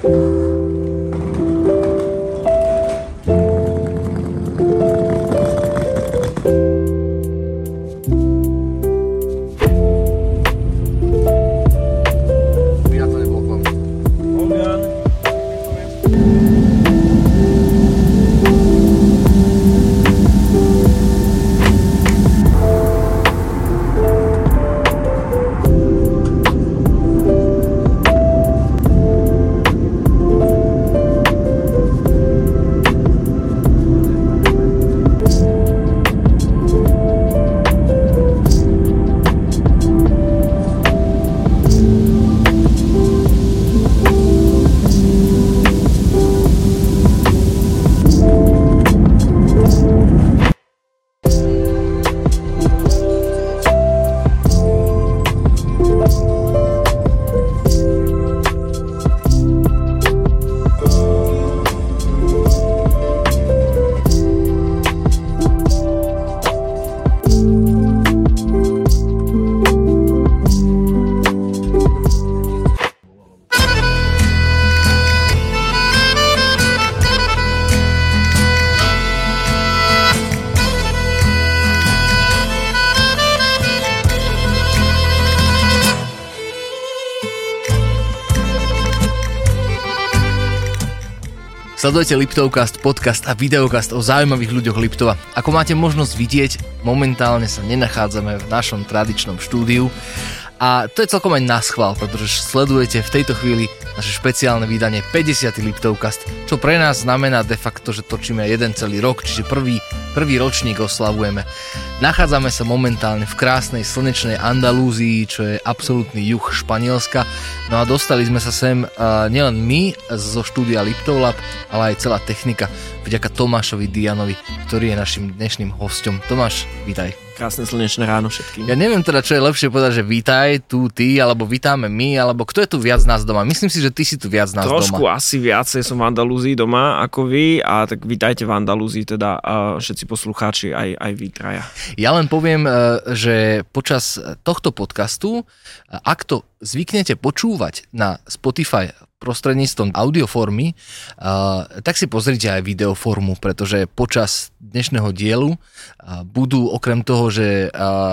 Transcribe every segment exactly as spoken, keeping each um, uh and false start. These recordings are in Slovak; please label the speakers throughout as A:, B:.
A: Sledujete Liptovcast, podcast a videokast o zaujímavých ľuďoch Liptova. Ako máte možnosť vidieť, momentálne sa nenachádzame v našom tradičnom štúdiu a to je celkom aj naschvál, pretože sledujete v tejto chvíli naše špeciálne vydanie päťdesiaty Liptovcast, čo pre nás znamená de facto, že točíme jeden celý rok, čiže prvý, prvý ročník oslavujeme. Nachádzame sa momentálne v krásnej slnečnej Andalúzii, čo je absolútny juh Španielska. No a dostali sme sa sem uh, nielen my zo štúdia Liptov Lab, ale aj celá technika vďaka Tomášovi Dianovi, ktorý je našim dnešným hosťom. Tomáš, vítaj.
B: Krásne slnečné ráno všetkým.
A: Ja neviem teda, čo je lepšie povedať, že vítaj tu ty, alebo vítáme my, alebo kto je tu viac nás doma? Myslím si, že ty si tu viac nás
B: Trošku
A: doma.
B: Trošku asi viacej som v Andalúzii doma ako vy a tak vítajte v Andalúzii teda uh, všetci poslucháči, aj, aj vy traja.
A: Ja len poviem, že počas tohto podcastu, ak to zvyknete počúvať na Spotify prostredníctvom audioformy, tak si pozrite aj videoformu, pretože počas dnešného dielu budú okrem toho, že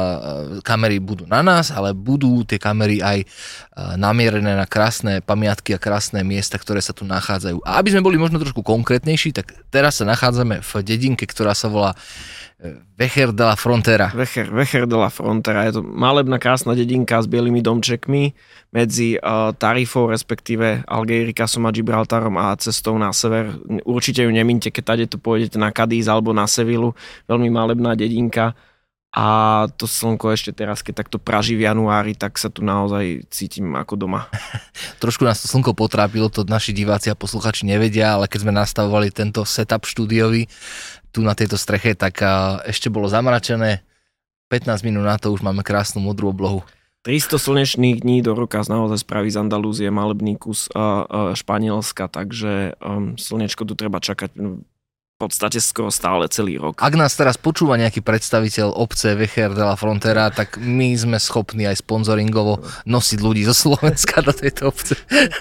A: kamery budú na nás, ale budú tie kamery aj namierené na krásne pamiatky a krásne miesta, ktoré sa tu nachádzajú. A aby sme boli možno trošku konkrétnejší, tak teraz sa nachádzame v dedinke, ktorá sa volá Vejer de la Frontera.
B: Vejer, Vejer de la Frontera. Je to malebná, krásna dedinka s bielými domčekmi medzi uh, Tarifou, respektíve Algéricasom a Gibraltarom a cestou na sever. Určite ju nemínte, keď tady tu pôjdete na Cadiz alebo na Sevilu. Veľmi malebná dedinka. A to slnko ešte teraz, keď takto praží v januári, tak sa tu naozaj cítim ako doma.
A: Trošku nás to slnko potrápilo, to naši diváci a posluchači nevedia, ale keď sme nastavovali tento setup štúdiový tu na tejto streche, tak ešte bolo zamračené. pätnásť minút na to už máme krásnu modrú oblohu.
B: tristo slnečných dní do roka naozaj spraví z Andalúzie malebný kus uh, uh, Španielska, takže um, slnečko tu treba čakať v podstate skoro stále celý rok.
A: Ak nás teraz počúva nejaký predstaviteľ obce Vejer de la Frontera, tak my sme schopní aj sponzoringovo nosiť ľudí zo Slovenska do tejto obce.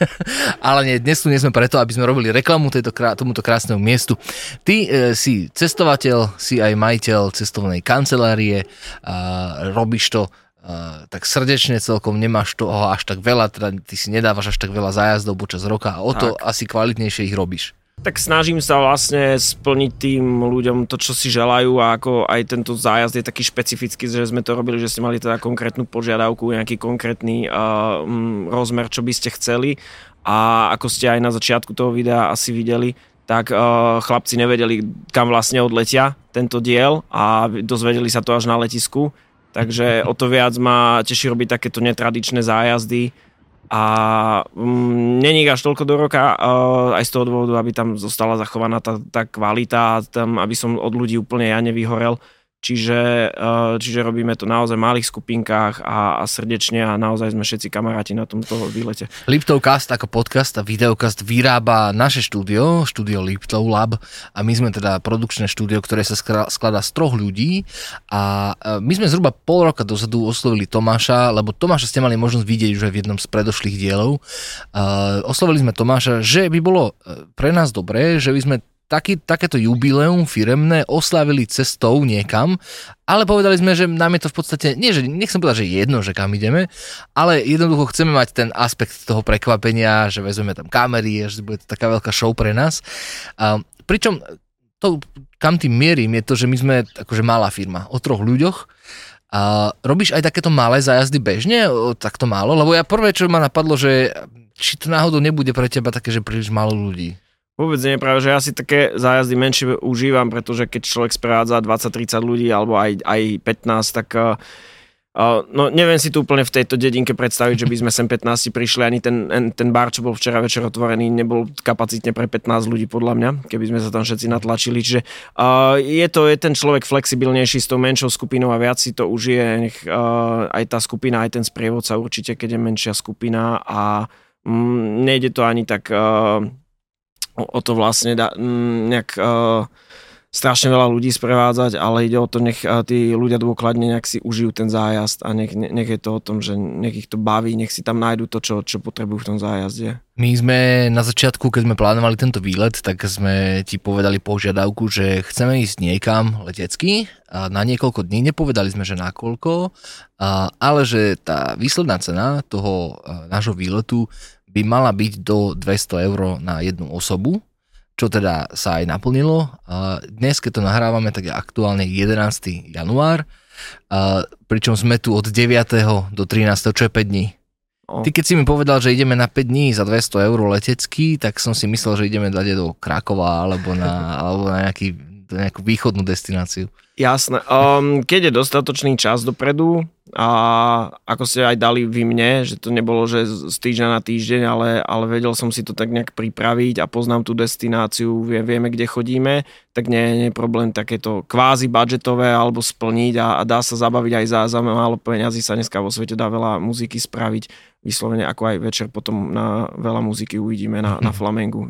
A: Ale nie, dnes tu nie sme preto, aby sme robili reklamu tejto, tomuto krásnemu miestu. Ty e, si cestovateľ, si aj majiteľ cestovnej kancelárie, a robíš to Uh, tak srdečne celkom, nemáš toho až tak veľa, teda ty si nedávaš až tak veľa zájazdov počas roka a o to tak asi kvalitnejšie ich robíš.
B: Tak snažím sa vlastne splniť tým ľuďom to, čo si želajú a ako aj tento zájazd je taký špecifický, že sme to robili, že ste mali teda konkrétnu požiadavku, nejaký konkrétny uh, um, rozmer, čo by ste chceli a ako ste aj na začiatku toho videa asi videli, tak uh, chlapci nevedeli, kam vlastne odletia tento diel a dozvedeli sa to až na letisku. Takže o to viac ma teší robiť takéto netradičné zájazdy a um, není až toľko do roka, uh, aj z toho dôvodu, aby tam zostala zachovaná tá, tá kvalita, tam, aby som od ľudí úplne ja nevyhorel. Čiže, čiže robíme to naozaj v malých skupinkách a, a srdečne a naozaj sme všetci kamaráti na tomto výlete.
A: Liptovcast ako podcast a videokast vyrába naše štúdio, štúdio Liptov Lab a my sme teda produkčné štúdio, ktoré sa skladá z troch ľudí a my sme zhruba pol roka dozadu oslovili Tomáša, lebo Tomáša ste mali možnosť vidieť už aj v jednom z predošlých dielov. Oslovili sme Tomáša, že by bolo pre nás dobré, že by sme Taký, takéto jubileum firemné oslavili cestou niekam, ale povedali sme, že nám je to v podstate, nie, že nechcem povedať, že jedno, že kam ideme, ale jednoducho chceme mať ten aspekt toho prekvapenia, že vezmeme tam kamery, že bude to taká veľká show pre nás. A pričom to, kam tým mierim, je to, že my sme akože malá firma, o troch ľuďoch. A robíš aj takéto malé zájazdy bežne, o, takto málo? Lebo ja prvé, čo ma napadlo, že či to náhodou nebude pre teba také, že príliš málo ľudí.
B: Vôbec nie, práve, že ja si také zájazdy menšie užívam, pretože keď človek sprevádza dvadsať tridsať ľudí alebo aj, aj pätnásť, tak uh, no neviem si tu úplne v tejto dedinke predstaviť, že by sme sem pätnásť prišli, ani ten, ten bar, čo bol včera večer otvorený, nebol kapacitne pre pätnásť ľudí podľa mňa, keby sme sa tam všetci natlačili, čiže uh, je to, je ten človek flexibilnejší s tou menšou skupinou a viac si to užije, nech uh, aj tá skupina, aj ten sprievodca určite, keď je menšia skupina a um, nejde to ani tak... Uh, o to vlastne da, nejak uh, strašne veľa ľudí sprevádzať, ale ide o to, nech uh, tí ľudia dôkladne nejak si užijú ten zájazd a nech, nech je to o tom, že nech ich to baví, nech si tam nájdu to, čo, čo potrebujú v tom zájazde.
A: My sme na začiatku, keď sme plánovali tento výlet, tak sme ti povedali požiadavku, že chceme ísť niekam letecky a na niekoľko dní, nepovedali sme, že na koľko, ale že tá výsledná cena toho nášho výletu by mala byť do dvesto eur na jednu osobu, čo teda sa aj naplnilo. Dnes, keď to nahrávame, tak je aktuálne jedenásteho január, pričom sme tu od deviateho do trinásteho, čo je päť dní. Ty keď si mi povedal, že ideme na päť dní za dvesto eur letecky, tak som si myslel, že ideme dať do Krakova alebo na, alebo na nejaký, nejakú východnú destináciu.
B: Jasné. Um, keď je dostatočný čas dopredu a ako ste aj dali vy mne, že to nebolo, že z týždňa na týždeň, ale, ale vedel som si to tak nejak pripraviť a poznám tú destináciu, vie, vieme, kde chodíme, tak nie, nie je problém takéto kvázi budžetové alebo splniť a, a dá sa zabaviť aj za, za málo peňazí sa dneska vo svete dá veľa muziky spraviť, vyslovene ako aj večer potom na veľa muziky uvidíme na, na Flamengu.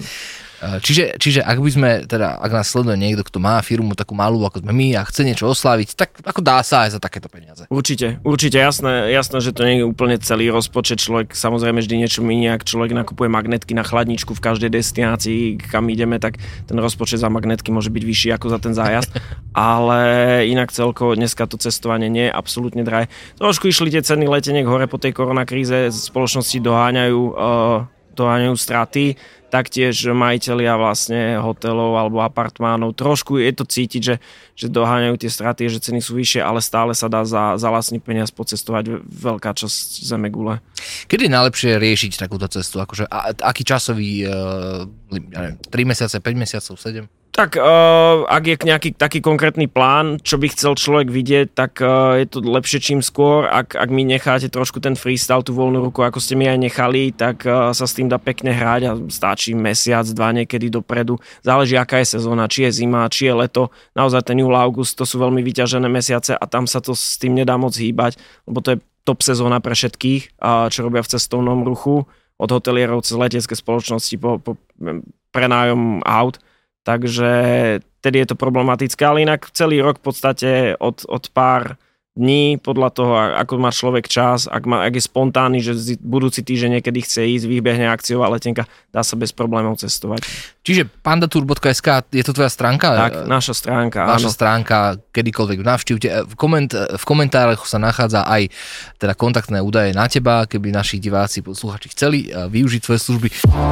A: Čiže, čiže ak by sme, teda, ak nás sleduje niekto, kto má firmu takú malú, ako sme my a chce niečo osláviť, tak ako dá sa aj za takéto peniaze.
B: Určite, určite, jasné, jasné, že to nie je úplne celý rozpočet, človek samozrejme vždy niečo minie, ak človek nakupuje magnetky na chladničku v každej destinácii, kam ideme, tak ten rozpočet za magnetky môže byť vyšší ako za ten zájazd, ale inak celkovo dneska to cestovanie nie je absolútne drahé. Trošku išli tie ceny leteniek hore po tej koronakríze, spoločnosti doháňajú, uh, doháňajú straty, taktiež majitelia vlastne hotelov alebo apartmánov. Trošku je to cítiť, že, že doháňajú tie straty, že ceny sú vyššie, ale stále sa dá za, za vlastný peniaz pocestovať veľká časť zemegule.
A: Kedy je najlepšie riešiť takúto cestu? Akože, a, aký časový, uh, ja neviem, tri mesiace, päť mesiacov, sedem?
B: Tak uh, ak je nejaký taký konkrétny plán, čo by chcel človek vidieť, tak uh, je to lepšie čím skôr. Ak, ak mi necháte trošku ten freestyle, tú voľnú ruku, ako ste mi aj nechali, tak uh, sa s tým dá pekne hrať a stačí mesiac, dva niekedy dopredu. Záleží, aká je sezóna, či je zima, či je leto. Naozaj ten júl, august, to sú veľmi vyťažené mesiace a tam sa to s tým nedá moc hýbať, lebo to je top sezóna pre všetkých, uh, čo robia v cestovnom ruchu, od hotelierov cez letecké spoločnosti po, po prenájom aut. Takže tedy je to problematické, ale inak celý rok v podstate od, od pár dní, podľa toho, ako má človek čas, ak, má, ak je spontánny, že budúci týždeň niekedy chce ísť, vybehne akciová letenka, dá sa bez problémov cestovať. Čiže pandatour bodka es ká, je to tvoja stránka? Tak, naša stránka,
A: Naša
B: áno.
A: stránka, kedykoľvek navštívte. V, koment, v komentároch sa nachádza aj teda kontaktné údaje na teba, keby naši diváci, posluchači chceli využiť tvoje služby.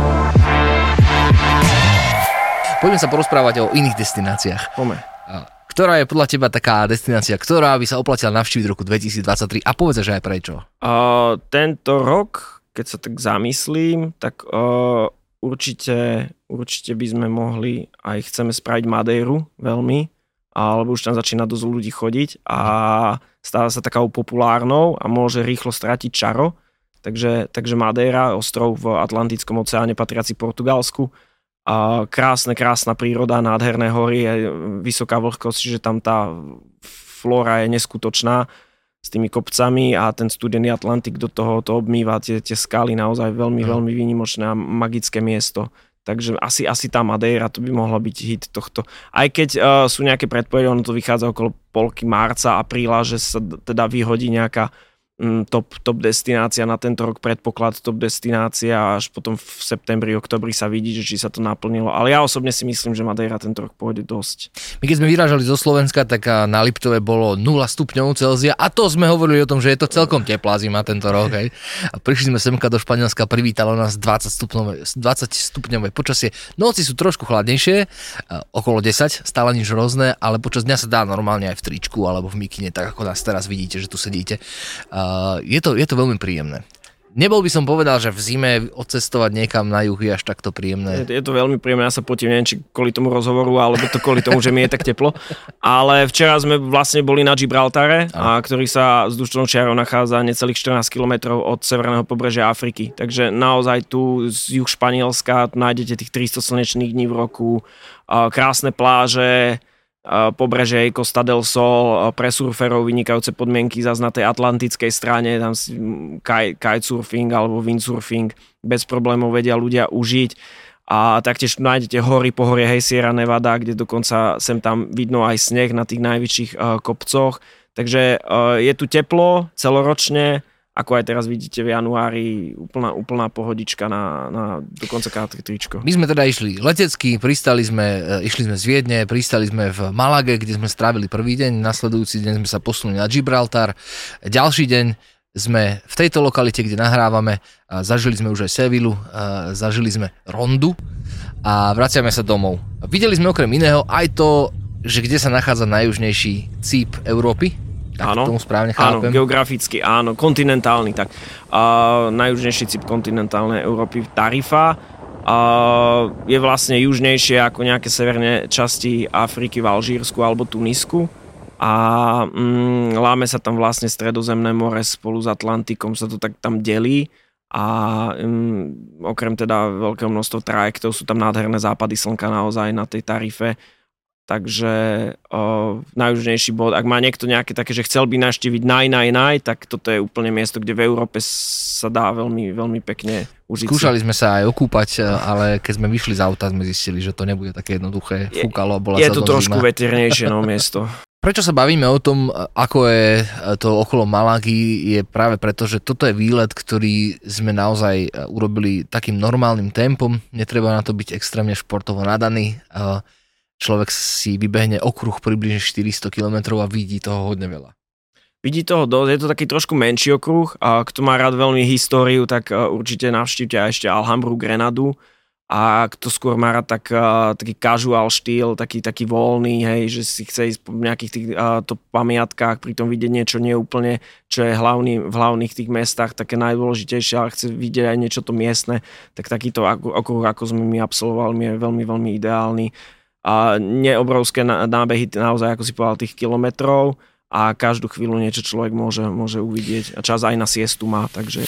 A: Poďme sa porozprávať o iných destináciách.
B: Poďme.
A: Ktorá je podľa teba taká destinácia, ktorá by sa oplatila navštíviť v roku dvetisícdvadsaťtri a povedz, že aj prečo?
B: Uh, tento rok, keď sa tak zamyslím, tak uh, určite, určite by sme mohli, aj chceme spraviť Madeiru veľmi, alebo už tam začína dosť ľudí chodiť a stáva sa takou populárnou a môže rýchlo stratiť čaro. Takže, takže Madeira, ostrov v Atlantickom oceáne patriaci Portugalsku. A krásne, krásna príroda, nádherné hory, vysoká vlhkosť, čiže tam tá flóra je neskutočná s tými kopcami a ten studený Atlantik do toho to obmýva tie, tie skaly, naozaj veľmi, mm. veľmi výnimočné a magické miesto. Takže asi, asi tá Madeira, to by mohla byť hit tohto. Aj keď uh, sú nejaké predpovede, ono to vychádza okolo polky marca, apríla, že sa teda vyhodí nejaká Top, top destinácia na tento rok, predpoklad top destinácia a až potom v septembri, oktobri sa vidí, že či sa to naplnilo. Ale ja osobne si myslím, že Madeira tento rok pôjde dosť.
A: My keď sme vyrážali zo Slovenska, tak na Liptove bolo nula stupňov Celzia a to sme hovorili o tom, že je to celkom teplá zima tento rok. Hej. A prišli sme semka do Španielska, privítalo nás dvadsať stupňové, dvadsať stupňové počasie. Noci sú trošku chladnejšie, okolo desať, stále nič hrozné, ale počas dňa sa dá normálne aj v tričku alebo v mikine, tak ako nás teraz vidíte, že tu sedíte. Uh, je, to, je to veľmi príjemné. Nebol by som povedal, že v zime odcestovať niekam na juh je až takto príjemné.
B: Je, je to veľmi príjemné, ja sa potím, neviem, či kvôli tomu rozhovoru, alebo to kvôli tomu, že mi je tak teplo. Ale včera sme vlastne boli na Gibraltare, a ktorý sa vzdušnou čiarou nachádza necelých štrnásť kilometrov od severného pobrežia Afriky. Takže naozaj tu z juh Španielska nájdete tých tristo slnečných dní v roku, krásne pláže, pobreže Costa del Sol, pre surferov vynikajúce podmienky zase na tej atlantickej strane, tam si kitesurfing alebo windsurfing bez problémov vedia ľudia užiť. A taktiež nájdete hory, pohorie, hej, Sierra Nevada, kde dokonca sem tam vidno aj sneh na tých najväčších uh, kopcoch. Takže uh, je tu teplo celoročne, ako aj teraz vidíte v januári, úplná, úplná pohodička na, na dokonca krátke tričko.
A: My sme teda išli letecky, pristali sme, išli sme z Viedne, pristali sme v Malage, kde sme strávili prvý deň, nasledujúci deň sme sa posunuli na Gibraltar, ďalší deň sme v tejto lokalite, kde nahrávame, zažili sme už aj Sevillu, zažili sme Rondu a vraciame sa domov. Videli sme okrem iného aj to, že kde sa nachádza najjužnejší cíp Európy.
B: Áno,
A: tomu správne chápem.
B: Áno, geograficky, áno, kontinentálny, tak. Uh, najjužnejší cíp kontinentálnej Európy, Tarifa, uh, je vlastne južnejšie ako nejaké severné časti Afriky v Alžírsku alebo Tunisku a um, láme sa tam vlastne Stredozemné more spolu s Atlantikom, sa to tak tam delí a um, okrem teda veľkého množstva trajektov sú tam nádherné západy slnka naozaj na tej Tarife. Takže uh, najjužnejší bod, ak má niekto nejaké také, že chcel by navštíviť naj, naj, naj, tak toto je úplne miesto, kde v Európe sa dá veľmi, veľmi pekne užiť.
A: Skúšali sme sa aj okúpať, ale keď sme vyšli z auta, sme zistili, že to nebude také jednoduché. Fúkalo, bola
B: je
A: sa
B: to trošku veternejšie no miesto.
A: Prečo sa bavíme o tom, ako je to okolo Malagy, je práve preto, že toto je výlet, ktorý sme naozaj urobili takým normálnym tempom. Netreba na to byť extrémne športovo nadaný. Človek si vybehne okruh približne štyristo kilometrov a vidí toho hodne veľa.
B: Vidí toho dosť, je to taký trošku menší okruh a kto má rád veľmi históriu, tak určite navštívte aj ešte Alhambru, Grenadu a kto skôr má rád tak, taký casual štýl, taký, taký voľný, hej, že si chce ísť po nejakých tých to pamiatkách, pritom vidieť niečo neúplne, čo je hlavný, v hlavných tých mestách také najdôležitejšie, ale chce vidieť aj niečo to miestne, tak takýto okruh, ako sme my absolvovali, je veľmi, veľmi ideálny. A neobrovské nábehy, naozaj, ako si povedal, tých kilometrov a každú chvíľu niečo človek môže, môže uvidieť a čas aj na siestu má, takže...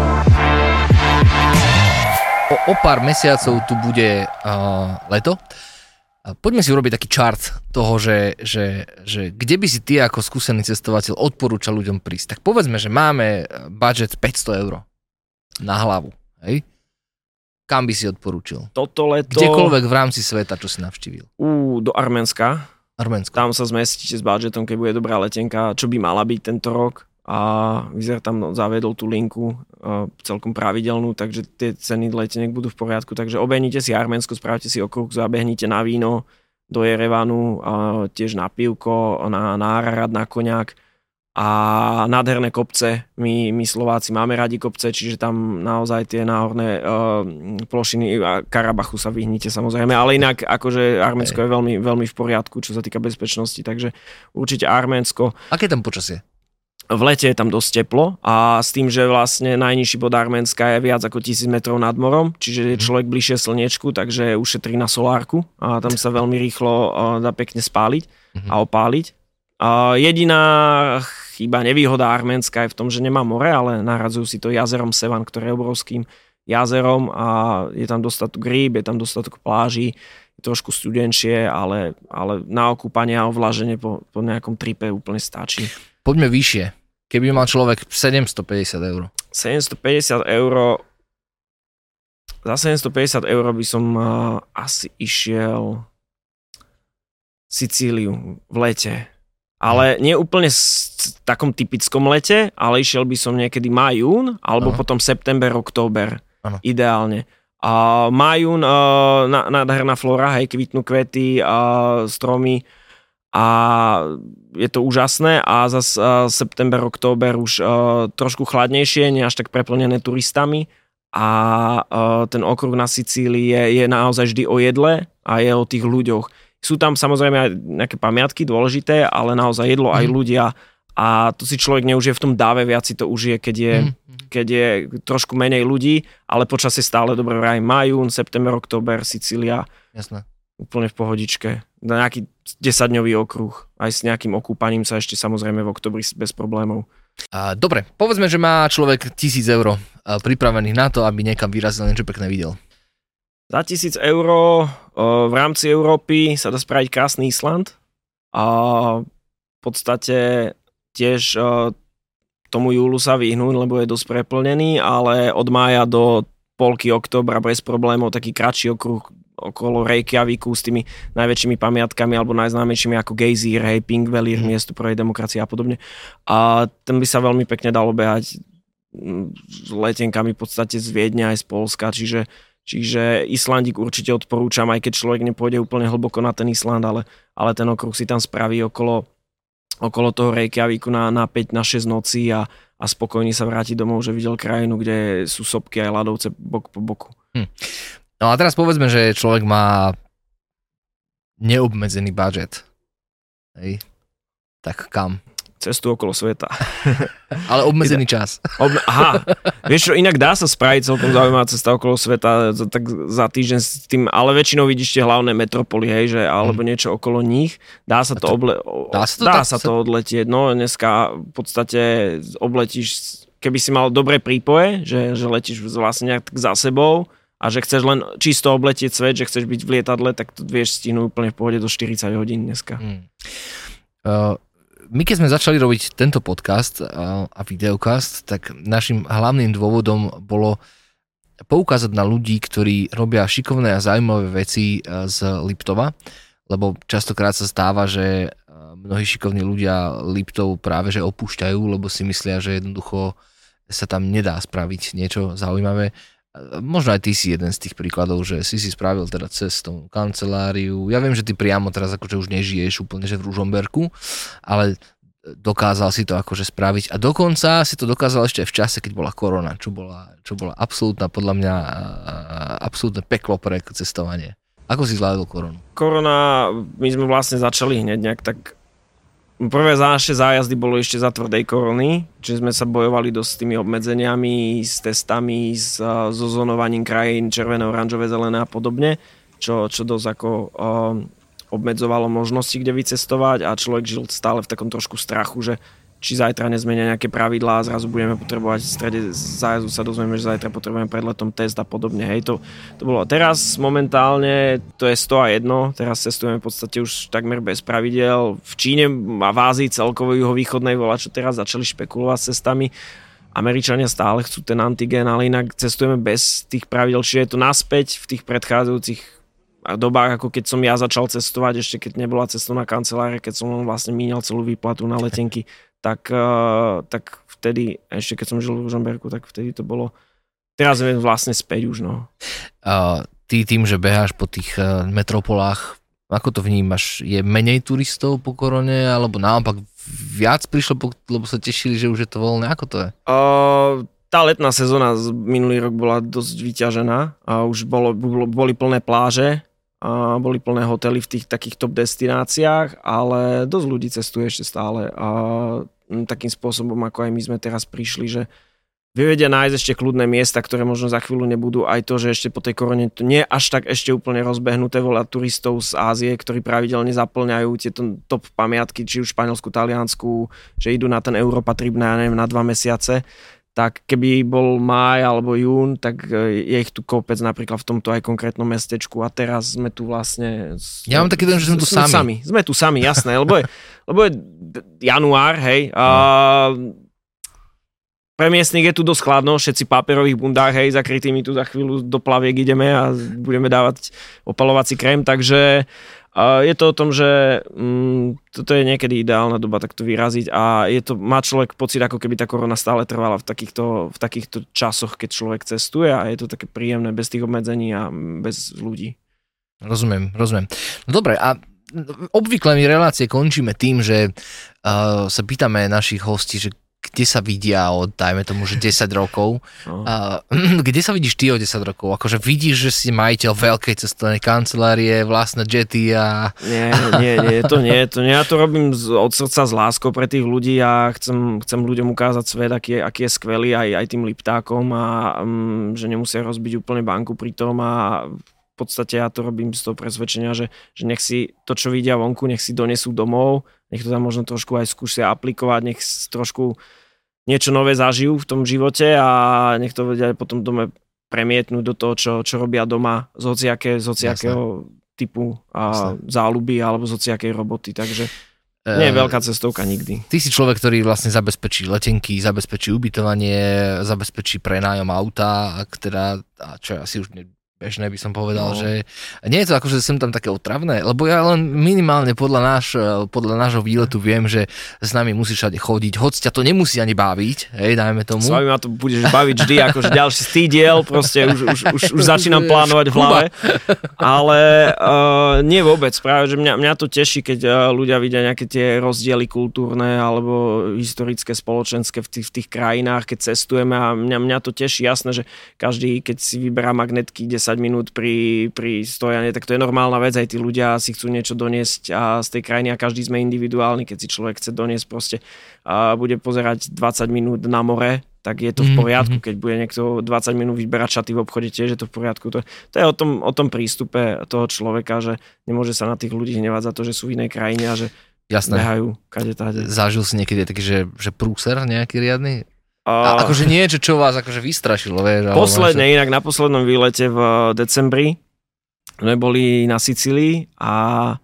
A: O, o pár mesiacov tu bude uh, leto. Poďme si urobiť taký chart toho, že, že, že kde by si ty ako skúsený cestovateľ odporúčal ľuďom prísť. Tak povedzme, že máme budget päťsto eur na hlavu, hej? Kam by si odporúčil?
B: Toto leto...
A: Kdekoľvek v rámci sveta, čo si navštívil?
B: Ú, do Arménska.
A: Arménsko.
B: Tam sa zmestíte s budžetom, keď bude dobrá letenka, čo by mala byť tento rok. A Wizz Air tam zaviedol tú linku uh, celkom pravidelnú, takže tie ceny leteniek budú v poriadku. Takže obehnite si Arménsko, spravte si okruh, zabehnite na víno do Jerevanu, uh, tiež na pivko, na, na Ararat, na Koňak. A nádherné kopce, my, my Slováci máme radi kopce, čiže tam naozaj tie náhorné uh, plošiny a Karabachu sa vyhnite samozrejme, ale inak akože Arménsko je veľmi, veľmi v poriadku, čo sa týka bezpečnosti, takže určite Arménsko.
A: Aké tam počasie?
B: V lete je tam dosť teplo a s tým, že vlastne najnižší bod Arménska je viac ako tisíc metrov nad morom, čiže je človek bližšie slniečku, takže ušetrí na solárku a tam sa veľmi rýchlo uh, dá pekne spáliť a opáliť. Uh, jediná chyba, nevýhoda Arménska je v tom, že nemá more, ale nahradzujú si to jazerom Sevan, ktoré je obrovským jazerom a je tam dostatok rýb, je tam dostatok pláží, trošku studenšie, ale, ale na okúpanie a ovláženie po, po nejakom tripe úplne stačí.
A: Poďme vyššie. Keby mal človek sedemstopäťdesiat eur.
B: sedemstopäťdesiat eur. Za sedemstopäťdesiat eur by som uh, asi išiel Sicíliu v lete. Ale nie úplne v takom typickom lete, ale išiel by som niekedy maj, jún, alebo ano. Potom september, október. Ano. Ideálne. A maj, jún, uh, nádherná flóra, hej, kvitnú kvety, uh, stromy a je to úžasné. A zase uh, september, október už uh, trošku chladnejšie, nie až tak preplnené turistami. A uh, ten okruh na Sicílii je, je naozaj vždy o jedle a je o tých ľuďoch. Sú tam samozrejme aj nejaké pamiatky dôležité, ale naozaj jedlo aj ľudia a to si človek neužije v tom dáve, viac si to užije, keď je, mm. keď je trošku menej ľudí, ale počasie stále dobre vraj. Maj, jún, september, október, Sicília.
A: Jasné.
B: Úplne v pohodičke. Na nejaký desaťdňový okruh. Aj s nejakým okúpaním sa ešte samozrejme v októbri bez problémov.
A: A, dobre, povedzme, že má človek tisíc eur pripravených na to, aby niekam vyrazil, niečo pekné videl.
B: Za tisíc eur v rámci Európy sa dá spraviť krásny Island a v podstate tiež tomu júlu sa vyhnúť, lebo je dosť preplnený, ale od mája do polky októbra bez problémov taký kratší okruh okolo Reykjavíku s tými najväčšími pamiatkami alebo najznámejšími ako Geysir, hej, Pink Valley, mm. miesto prvej demokracie a podobne. A ten by sa veľmi pekne dalo behať s letenkami v podstate z Viedňa aj z Poľska, čiže Čiže Islandík určite odporúčam, aj keď človek nepôjde úplne hlboko na ten Island, ale, ale ten okruh si tam spraví okolo, okolo toho Reykjavíku na, na päť na šesť nocí a, a spokojne sa vráti domov, že videl krajinu, kde sú sopky aj ľadovce bok po boku. Hm.
A: No a teraz povedzme, že človek má neobmedzený budget. Hej. Tak kam?
B: Cestu okolo sveta.
A: Ale obmedzený čas.
B: Ob... Aha, vieš čo, inak dá sa spraviť celkom zaujímavá cesta okolo sveta tak za týždeň s tým, ale väčšinou vidíš tie hlavné metropoly, hej, že, alebo mm. niečo okolo nich. Dá sa to, oble...
A: dá sa to,
B: dá sa to odletieť. No dneska v podstate obletíš, keby si mal dobré prípoje, že, že letíš vlastne nejak za sebou a že chceš len čisto obletieť svet, že chceš byť v lietadle, tak to vieš stihnúť úplne v pohode do štyridsať hodín dneska. Mm.
A: Uh... My keď sme začali robiť tento podcast a videokast, tak našim hlavným dôvodom bolo poukázať na ľudí, ktorí robia šikovné a zaujímavé veci z Liptova, lebo častokrát sa stáva, že mnohí šikovní ľudia Liptov práve že opúšťajú, lebo si myslia, že jednoducho sa tam nedá spraviť niečo zaujímavé. Možno aj ty si jeden z tých príkladov, že si si spravil teda cestovnú kanceláriu. Ja viem, že ty priamo teraz akože už nežiješ úplne že v Ružomberku, ale dokázal si to akože spraviť a dokonca si to dokázal ešte v čase, keď bola korona, čo bola, čo bola absolútna, podľa mňa absolútne peklo pre cestovanie. Ako si zvládol koronu?
B: Korona, my sme vlastne začali hneď nejak tak. Prvé naše zájazdy bolo ešte za tvrdej korony, čiže sme sa bojovali dosť s tými obmedzeniami, s testami, s, s ozonovaním krajín, červené, oranžové, zelené a podobne, čo, čo dosť ako um, obmedzovalo možnosti, kde vycestovať a človek žil stále v takom trošku strachu, že či zajtra nezmenia nejaké pravidlá a zrazu budeme potrebovať v strede zájazdu sa dozvieme, že zajtra potrebujeme pred letom test a podobne. Hej, to, to bolo. Teraz momentálne to je sto a jedno, teraz cestujeme v podstate už takmer bez pravidel. V Číne a v Ázii celkovo juhovýchodnej volá, čo teraz začali špekulovať s cestami. Američania stále chcú ten antigén, ale inak cestujeme bez tých pravidel, čiže je to naspäť v tých predchádzajúcich dobách, ako keď som ja začal cestovať, ešte keď nebola cestovná kancelária, keď som vlastne míňal celú výplatu na letenky. Tak, tak vtedy, ešte keď som žil v Ružomberku, tak vtedy to bolo, teraz je vlastne späť už, no.
A: Uh, ty tým, že beháš po tých uh, metropolách, ako to vnímaš? Je menej turistov po korone, alebo naopak viac prišlo, po, lebo sa tešili, že už je to voľné? Ako to je?
B: Uh, tá letná sezóna z minulý rok bola dosť vyťažená a už bolo, boli plné pláže, a boli plné hotely v tých takých top destináciách, ale dosť ľudí cestuje ešte stále a takým spôsobom, ako aj my sme teraz prišli, že vyvedia nájsť ešte kľudné miesta, ktoré možno za chvíľu nebudú, aj to, že ešte po tej korone to nie až tak ešte úplne rozbehnuté veľa turistov z Ázie, ktorí pravidelne zaplňajú tieto top pamiatky, či už v Španielsku, Taliansku, že idú na ten Europa trip na, neviem, na dva mesiace, tak keby bol máj alebo jún, tak je ich tu kopec napríklad v tomto aj konkrétnom mestečku a teraz sme tu vlastne...
A: Ja mám taký dojem, že sme tu sami.
B: sami. Sme tu sami, jasné, lebo je, lebo je január, hej. A pre miestnych je tu dosť chladno, všetci papierových bundách, hej, zakrytými tu za chvíľu do plaviek ideme a budeme dávať opalovací krém, takže uh, je to o tom, že um, toto je niekedy ideálna doba takto vyraziť a je to, má človek pocit, ako keby tá korona stále trvala v takýchto, v takýchto časoch, keď človek cestuje a je to také príjemné bez tých obmedzení a bez ľudí.
A: Rozumiem, rozumiem. No dobre, a obvykle my relácie končíme tým, že uh, sa pýtame našich hostí, že kde sa vidia od, dajme tomu, že desať rokov. No. Uh, kde sa vidíš ty o desať rokov? Akože vidíš, že si majiteľ veľkej cestovnej kancelárie, vlastné jety a...
B: Nie, nie, nie, to nie, to nie. Ja to robím z, od srdca s láskou pre tých ľudí a chcem, chcem ľuďom ukázať svet, aký je, aký je skvelý aj, aj tým Liptákom a um, že nemusia rozbiť úplne banku pri tom a v podstate ja to robím z toho presvedčenia, že, že nech si to, čo vidia vonku, nech si donesú domov, nech to tam možno trošku aj skúsia aplikovať, nech trošku niečo nové zažijú v tom živote a nech to vedia potom doma premietnúť do toho, čo, čo robia doma z hociaké, z hociakého typu a záľuby alebo z hociakej roboty, takže nie je veľká cestovka nikdy.
A: Ty si človek, ktorý vlastne zabezpečí letenky, zabezpečí ubytovanie, zabezpečí prenájom auta, ak teda, a čo asi už ne, bežné by som povedal, no. Že nie je to akože sem tam také otravné, lebo ja len minimálne podľa, náš, podľa nášho výletu viem, že s nami musíš všade chodiť, hoď ťa to nemusí ani baviť, hej, dajme tomu.
B: S vami ma to budeš baviť vždy, akože ďalší stýdiel, proste už, už, už, už začínam plánovať v hlave, ale uh, nie vôbec, práve, že mňa, mňa to teší, keď uh, ľudia vidia nejaké tie rozdiely kultúrne alebo historické, spoločenské v tých, v tých krajinách, keď cestujeme a mňa, mňa to teší, jasné, že každý, keď si vyberá magnetky desať minút pri, pri stojane, tak to je normálna vec, aj tí ľudia si chcú niečo doniesť a z tej krajiny a každý sme individuálni, keď si človek chce doniesť proste a bude pozerať dvadsať minút na more, tak je to v poriadku, keď bude niekto dvadsať minút vyberať šaty v obchode, tiež je to v poriadku. To, to je o tom, o tom prístupe toho človeka, že nemôže sa na tých ľudí hnevať za to, že sú v inej krajine a že Jasné. Behajú kade táde.
A: Zažil si niekedy taký, že, že prúser nejaký riadny? A akože niečo, čo vás akože vystrašilo, vieš?
B: Posledne, inak na poslednom výlete v decembri sme boli na Sicílii a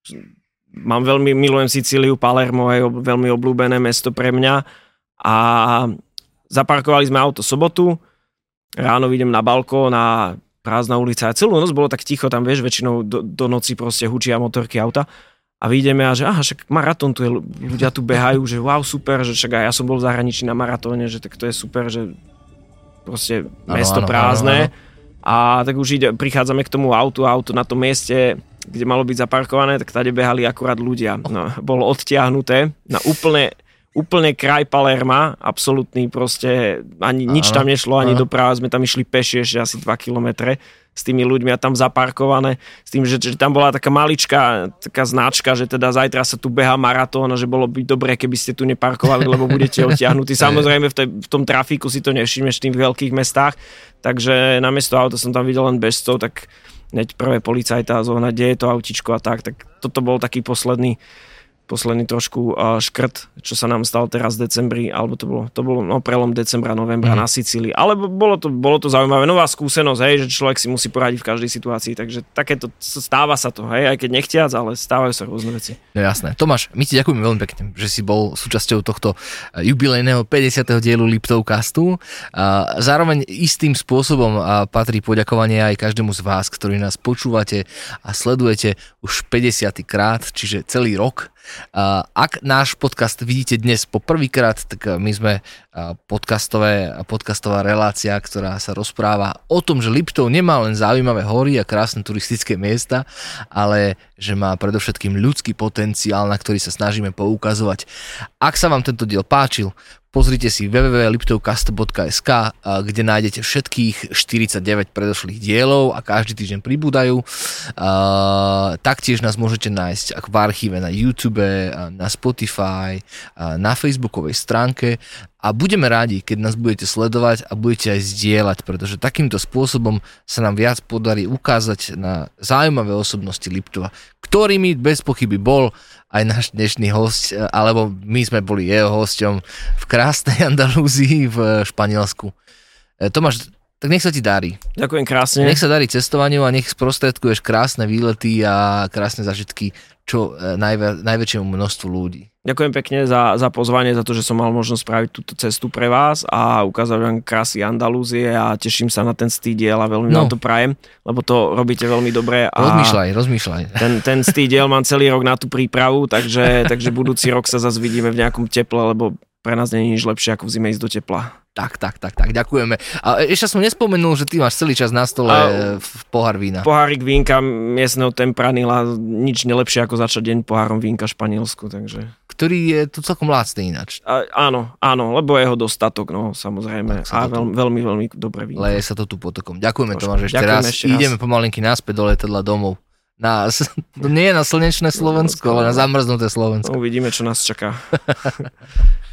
B: mám veľmi, milujem Sicíliu, Palermo je veľmi obľúbené mesto pre mňa a zaparkovali sme auto sobotu, ráno idem na balkón a prázdna ulica a celú noc bolo tak ticho, tam vieš, väčšinou do, do noci proste hučia motorky auta. A vyjdeme a že aha, však maratón tu je, ľudia tu behajú, že wow, super, že však aj ja som bol v zahraničí na maratóne, že tak to je super, že proste ano, mesto ano, prázdne. Ano, ano. A tak už ide, prichádzame k tomu autu, auto na tom mieste, kde malo byť zaparkované, tak tady behali akurát ľudia. No, bolo odtiahnuté na úplne, úplne kraj Palerma, absolútny proste, ani ano, nič tam nešlo, ani ano. Doprava, sme tam išli peši ešte asi dva kilometre. S tými ľuďmi a tam zaparkované, s tým, že, že tam bola taká maličká taká značka, že teda zajtra sa tu behá maratón a že bolo by dobré, keby ste tu neparkovali, lebo budete odtiahnutí. Samozrejme v, tej, v tom trafiku si to nevšimneš v tých veľkých mestách, takže namiesto auta som tam videl len bežcov, tak hneď prvé policajta zohnať, kde je to autičko a tak, tak toto bol taký posledný posledný trošku uh, škrt, čo sa nám stal teraz v decembri, alebo to bolo, to bolo no, prelom decembra, novembra mm. na Sicílii. Ale bolo to, bolo to zaujímavé. Nová skúsenosť, hej, že človek si musí poradiť v každej situácii, takže takéto, stáva sa to, hej, aj keď nechtiac, ale stávajú sa rôzne veci.
A: No jasné. Tomáš, my ti ďakujeme veľmi pekne, že si bol súčasťou tohto jubilejného päťdesiateho dielu Liptovcastu. Zároveň istým spôsobom patrí poďakovanie aj každému z vás, ktorí nás počúvate a sledujete už päťdesiaty krát, čiže celý rok. Uh, ak náš podcast vidíte dnes po prvýkrát, tak my sme uh, podcastové, podcastová relácia, ktorá sa rozpráva o tom, že Liptov nemá len zaujímavé hory a krásne turistické miesta, ale že má predovšetkým ľudský potenciál, na ktorý sa snažíme poukazovať. Ak sa vám tento diel páčil, pozrite si w w w bodka liptovcast bodka es ka, kde nájdete všetkých štyridsaťdeväť predošlých dielov a každý týždeň pribúdajú. Taktiež nás môžete nájsť ako v archíve na YouTube, na Spotify, na facebookovej stránke a budeme rádi, keď nás budete sledovať a budete aj zdieľať, pretože takýmto spôsobom sa nám viac podarí ukázať na zaujímavé osobnosti Liptova, ktorými bez pochyby bol aj náš dnešný hosť, alebo my sme boli jeho hosťom v krásnej Andalúzii v Španielsku. Tomáš, tak nech sa ti darí.
B: Ďakujem krásne.
A: Nech sa darí cestovaniu a nech sprostredkuješ krásne výlety a krásne zažitky čo najvä, najväčšiemu množstvu ľudí.
B: Ďakujem pekne za, za pozvanie, za to, že som mal možnosť spraviť túto cestu pre vás a ukázať vám krásy Andalúzie a teším sa na ten stýdiel a veľmi no. vám to prajem, lebo to robíte veľmi dobre. A
A: rozmýšľaj, rozmýšľaj.
B: Ten, ten stýdiel mám celý rok na tú prípravu, takže, takže budúci rok sa zase vidíme v nejakom teple, lebo pre nás nie je nič lepšie, ako v zime ísť do tepla.
A: Tak, tak, tak, tak, ďakujeme. A ešte som nespomenul, že ty máš celý čas na stole a v pohár vína.
B: Pohárik vínka miestneho Tempranila, nič nelepšie ako začať deň pohárom vínka Španielsku, takže...
A: Ktorý je tu celkom lacný ináč.
B: A, áno, áno, lebo jeho dostatok, no samozrejme. A veľmi, veľmi, veľmi dobré víno.
A: Leje sa to tu potokom. Ďakujeme, Tomáš, ešte raz. Ešte raz. Ideme pomalinky naspäť do letadla domov. Na, nie na slnečné Slovensko, ale na zamrznuté Slovensko.
B: No, uvidíme, čo nás čaká.